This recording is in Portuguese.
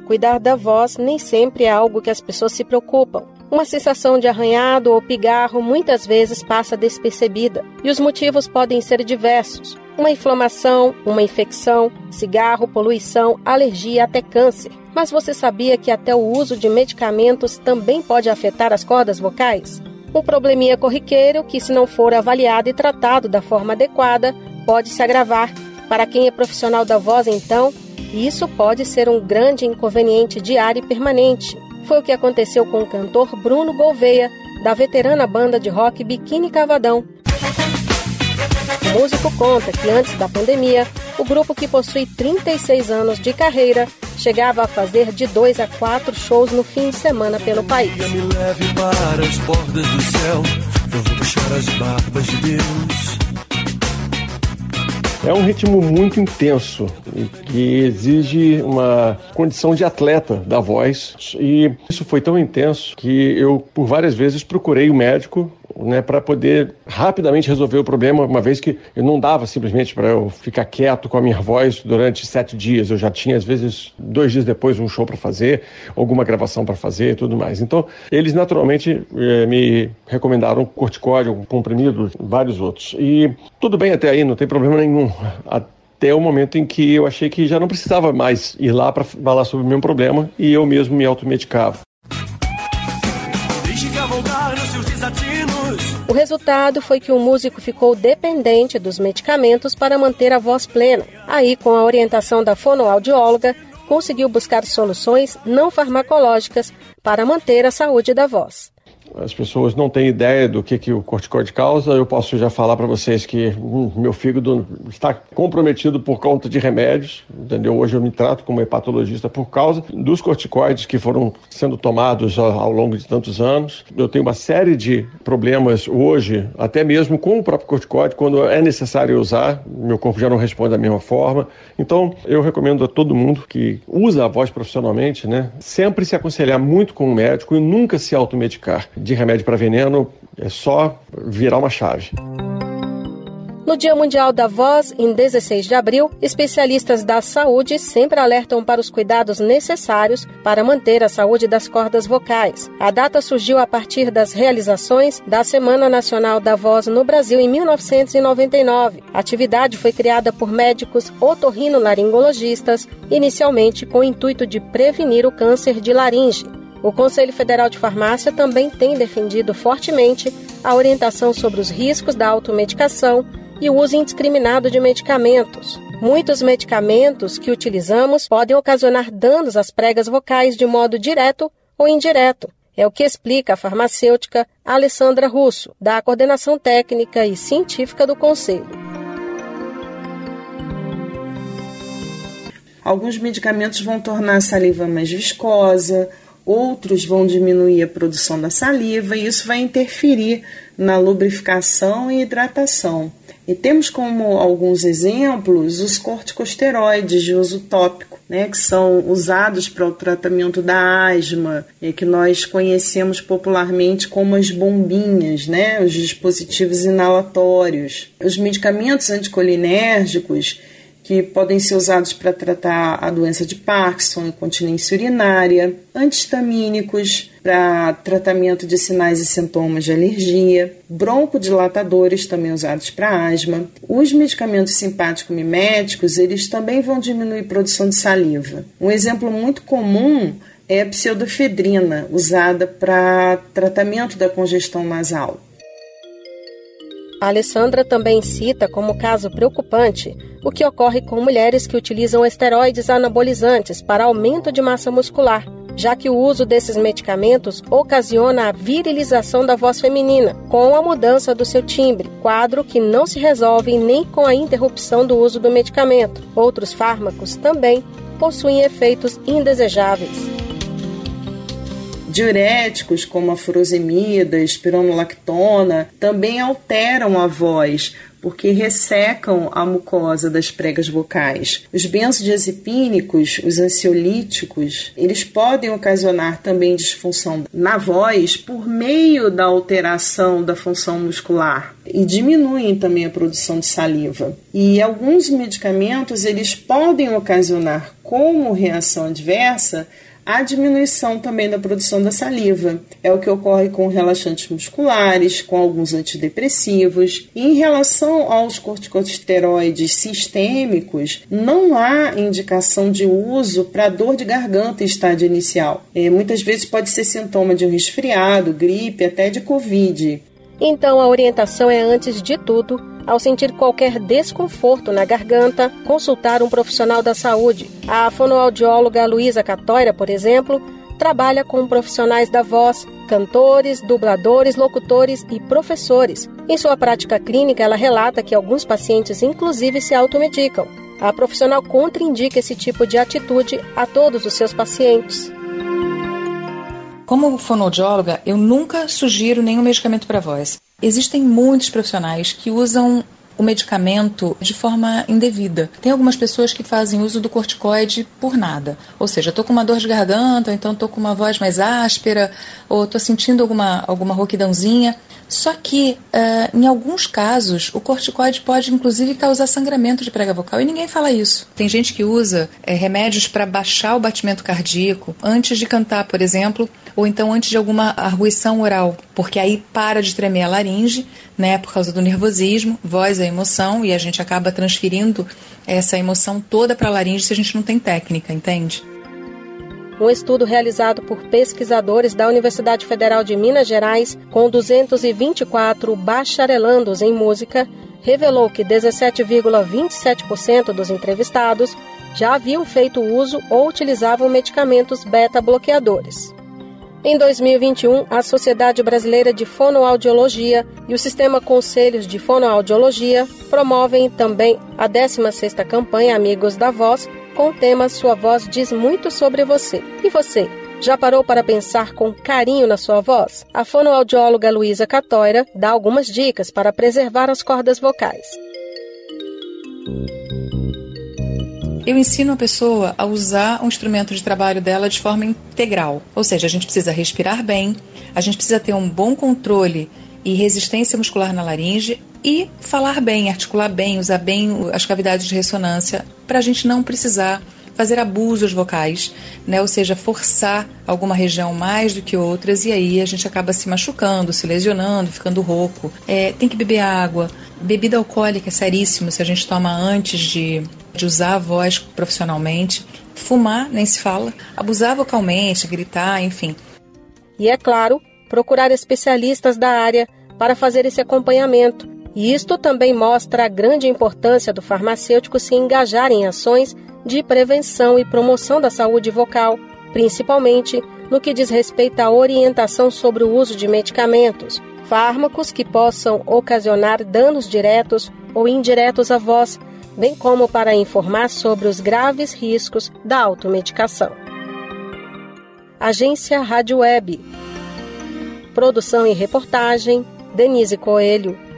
cuidar da voz nem sempre é algo que as pessoas se preocupam. Uma sensação de arranhado ou pigarro muitas vezes passa despercebida, e os motivos podem ser diversos. Uma inflamação, uma infecção, cigarro, poluição, alergia, até câncer. Mas você sabia que até o uso de medicamentos também pode afetar as cordas vocais? Um probleminha corriqueiro que, se não for avaliado e tratado da forma adequada, pode se agravar. Para quem é profissional da voz, então, isso pode ser um grande inconveniente diário e permanente. Foi o que aconteceu com o cantor Bruno Gouveia, da veterana banda de rock Biquíni Cavadão. O músico conta que antes da pandemia, o grupo, que possui 36 anos de carreira, chegava a fazer de 2 a 4 shows no fim de semana pelo país. Me leve para as bordas do céu, eu vou puxar as barbas de Deus. É um ritmo muito intenso e que exige uma condição de atleta da voz, e isso foi tão intenso que eu, por várias vezes, procurei o médico, para poder rapidamente resolver o problema, uma vez que eu não dava simplesmente para eu ficar quieto com a minha voz durante 7 dias. Eu já tinha, às vezes, 2 dias depois, um show para fazer, alguma gravação para fazer e tudo mais. Então, eles naturalmente me recomendaram corticóide, um comprimido, vários outros. E tudo bem até aí, não tem problema nenhum. Até o momento em que eu achei que já não precisava mais ir lá para falar sobre o meu problema e eu mesmo me automedicava. O resultado foi que o músico ficou dependente dos medicamentos para manter a voz plena. Aí, com a orientação da fonoaudióloga, conseguiu buscar soluções não farmacológicas para manter a saúde da voz. As pessoas não têm ideia do que o corticoide causa. Eu posso já falar para vocês que meu fígado está comprometido por conta de remédios, entendeu? Hoje eu me trato como hepatologista por causa dos corticoides que foram sendo tomados ao longo de tantos anos. Eu tenho uma série de problemas hoje, até mesmo com o próprio corticoide, quando é necessário usar, meu corpo já não responde da mesma forma. Então, eu recomendo a todo mundo que usa a voz profissionalmente, sempre se aconselhar muito com o médico e nunca se automedicar. De remédio para veneno, é só virar uma chave. No Dia Mundial da Voz, em 16 de abril, especialistas da saúde sempre alertam para os cuidados necessários para manter a saúde das cordas vocais. A data surgiu a partir das realizações da Semana Nacional da Voz no Brasil em 1999. A atividade foi criada por médicos otorrinolaringologistas, inicialmente com o intuito de prevenir o câncer de laringe. O Conselho Federal de Farmácia também tem defendido fortemente a orientação sobre os riscos da automedicação e o uso indiscriminado de medicamentos. Muitos medicamentos que utilizamos podem ocasionar danos às pregas vocais de modo direto ou indireto. É o que explica a farmacêutica Alessandra Russo, da Coordenação Técnica e Científica do Conselho. Alguns medicamentos vão tornar a saliva mais viscosa, outros vão diminuir a produção da saliva e isso vai interferir na lubrificação e hidratação. E temos como alguns exemplos os corticosteroides de uso tópico, que são usados para o tratamento da asma, que nós conhecemos popularmente como as bombinhas, os dispositivos inalatórios. Os medicamentos anticolinérgicos, que podem ser usados para tratar a doença de Parkinson, incontinência urinária, antihistamínicos para tratamento de sinais e sintomas de alergia, broncodilatadores também usados para asma. Os medicamentos simpático-miméticos, eles também vão diminuir a produção de saliva. Um exemplo muito comum é a pseudoefedrina, usada para tratamento da congestão nasal. A Alessandra também cita como caso preocupante o que ocorre com mulheres que utilizam esteroides anabolizantes para aumento de massa muscular, já que o uso desses medicamentos ocasiona a virilização da voz feminina, com a mudança do seu timbre, quadro que não se resolve nem com a interrupção do uso do medicamento. Outros fármacos também possuem efeitos indesejáveis. Diuréticos como a furosemida, espironolactona, também alteram a voz, porque ressecam a mucosa das pregas vocais. Os benzodiazepínicos, os ansiolíticos, eles podem ocasionar também disfunção na voz por meio da alteração da função muscular e diminuem também a produção de saliva. E alguns medicamentos, eles podem ocasionar como reação adversa a diminuição também da produção da saliva. É o que ocorre com relaxantes musculares, com alguns antidepressivos. E em relação aos corticosteroides sistêmicos, não há indicação de uso para dor de garganta em estágio inicial. Muitas vezes pode ser sintoma de um resfriado, gripe, até de Covid. Então a orientação é, antes de tudo, ao sentir qualquer desconforto na garganta, consultar um profissional da saúde. A fonoaudióloga Luísa Catóira, por exemplo, trabalha com profissionais da voz, cantores, dubladores, locutores e professores. Em sua prática clínica, ela relata que alguns pacientes inclusive se automedicam. A profissional contraindica esse tipo de atitude a todos os seus pacientes. Como fonoaudióloga, eu nunca sugiro nenhum medicamento para voz. Existem muitos profissionais que usam o medicamento de forma indevida. Tem algumas pessoas que fazem uso do corticoide por nada. Ou seja, estou com uma dor de garganta, ou então estou com uma voz mais áspera, ou estou sentindo alguma rouquidãozinha. Só que, em alguns casos, o corticoide pode, inclusive, causar sangramento de prega vocal e ninguém fala isso. Tem gente que usa remédios para baixar o batimento cardíaco antes de cantar, por exemplo, ou então antes de alguma arruição oral, porque aí para de tremer a laringe, né, por causa do nervosismo, voz é emoção, e a gente acaba transferindo essa emoção toda para a laringe se a gente não tem técnica, entende? Um estudo realizado por pesquisadores da Universidade Federal de Minas Gerais, com 224 bacharelandos em música, revelou que 17,27% dos entrevistados já haviam feito uso ou utilizavam medicamentos beta-bloqueadores. Em 2021, a Sociedade Brasileira de Fonoaudiologia e o Sistema Conselhos de Fonoaudiologia promovem também a 16ª campanha Amigos da Voz, com o tema Sua Voz Diz Muito Sobre Você. E você, já parou para pensar com carinho na sua voz? A fonoaudióloga Luísa Catóira dá algumas dicas para preservar as cordas vocais. Eu ensino a pessoa a usar o instrumento de trabalho dela de forma integral. Ou seja, a gente precisa respirar bem, a gente precisa ter um bom controle e resistência muscular na laringe e falar bem, articular bem, usar bem as cavidades de ressonância para a gente não precisar fazer abusos vocais, né? Ou seja, forçar alguma região mais do que outras e aí a gente acaba se machucando, se lesionando, ficando rouco. Tem que beber água. Bebida alcoólica é seríssimo se a gente toma antes de usar a voz profissionalmente. Fumar, nem se fala. Abusar vocalmente, gritar, enfim. E é claro, procurar especialistas da área para fazer esse acompanhamento. E isto também mostra a grande importância do farmacêutico se engajar em ações de prevenção e promoção da saúde vocal, principalmente no que diz respeito à orientação sobre o uso de medicamentos, fármacos que possam ocasionar danos diretos ou indiretos à voz, bem como para informar sobre os graves riscos da automedicação. Agência Rádio Web. Produção e reportagem, Denise Coelho.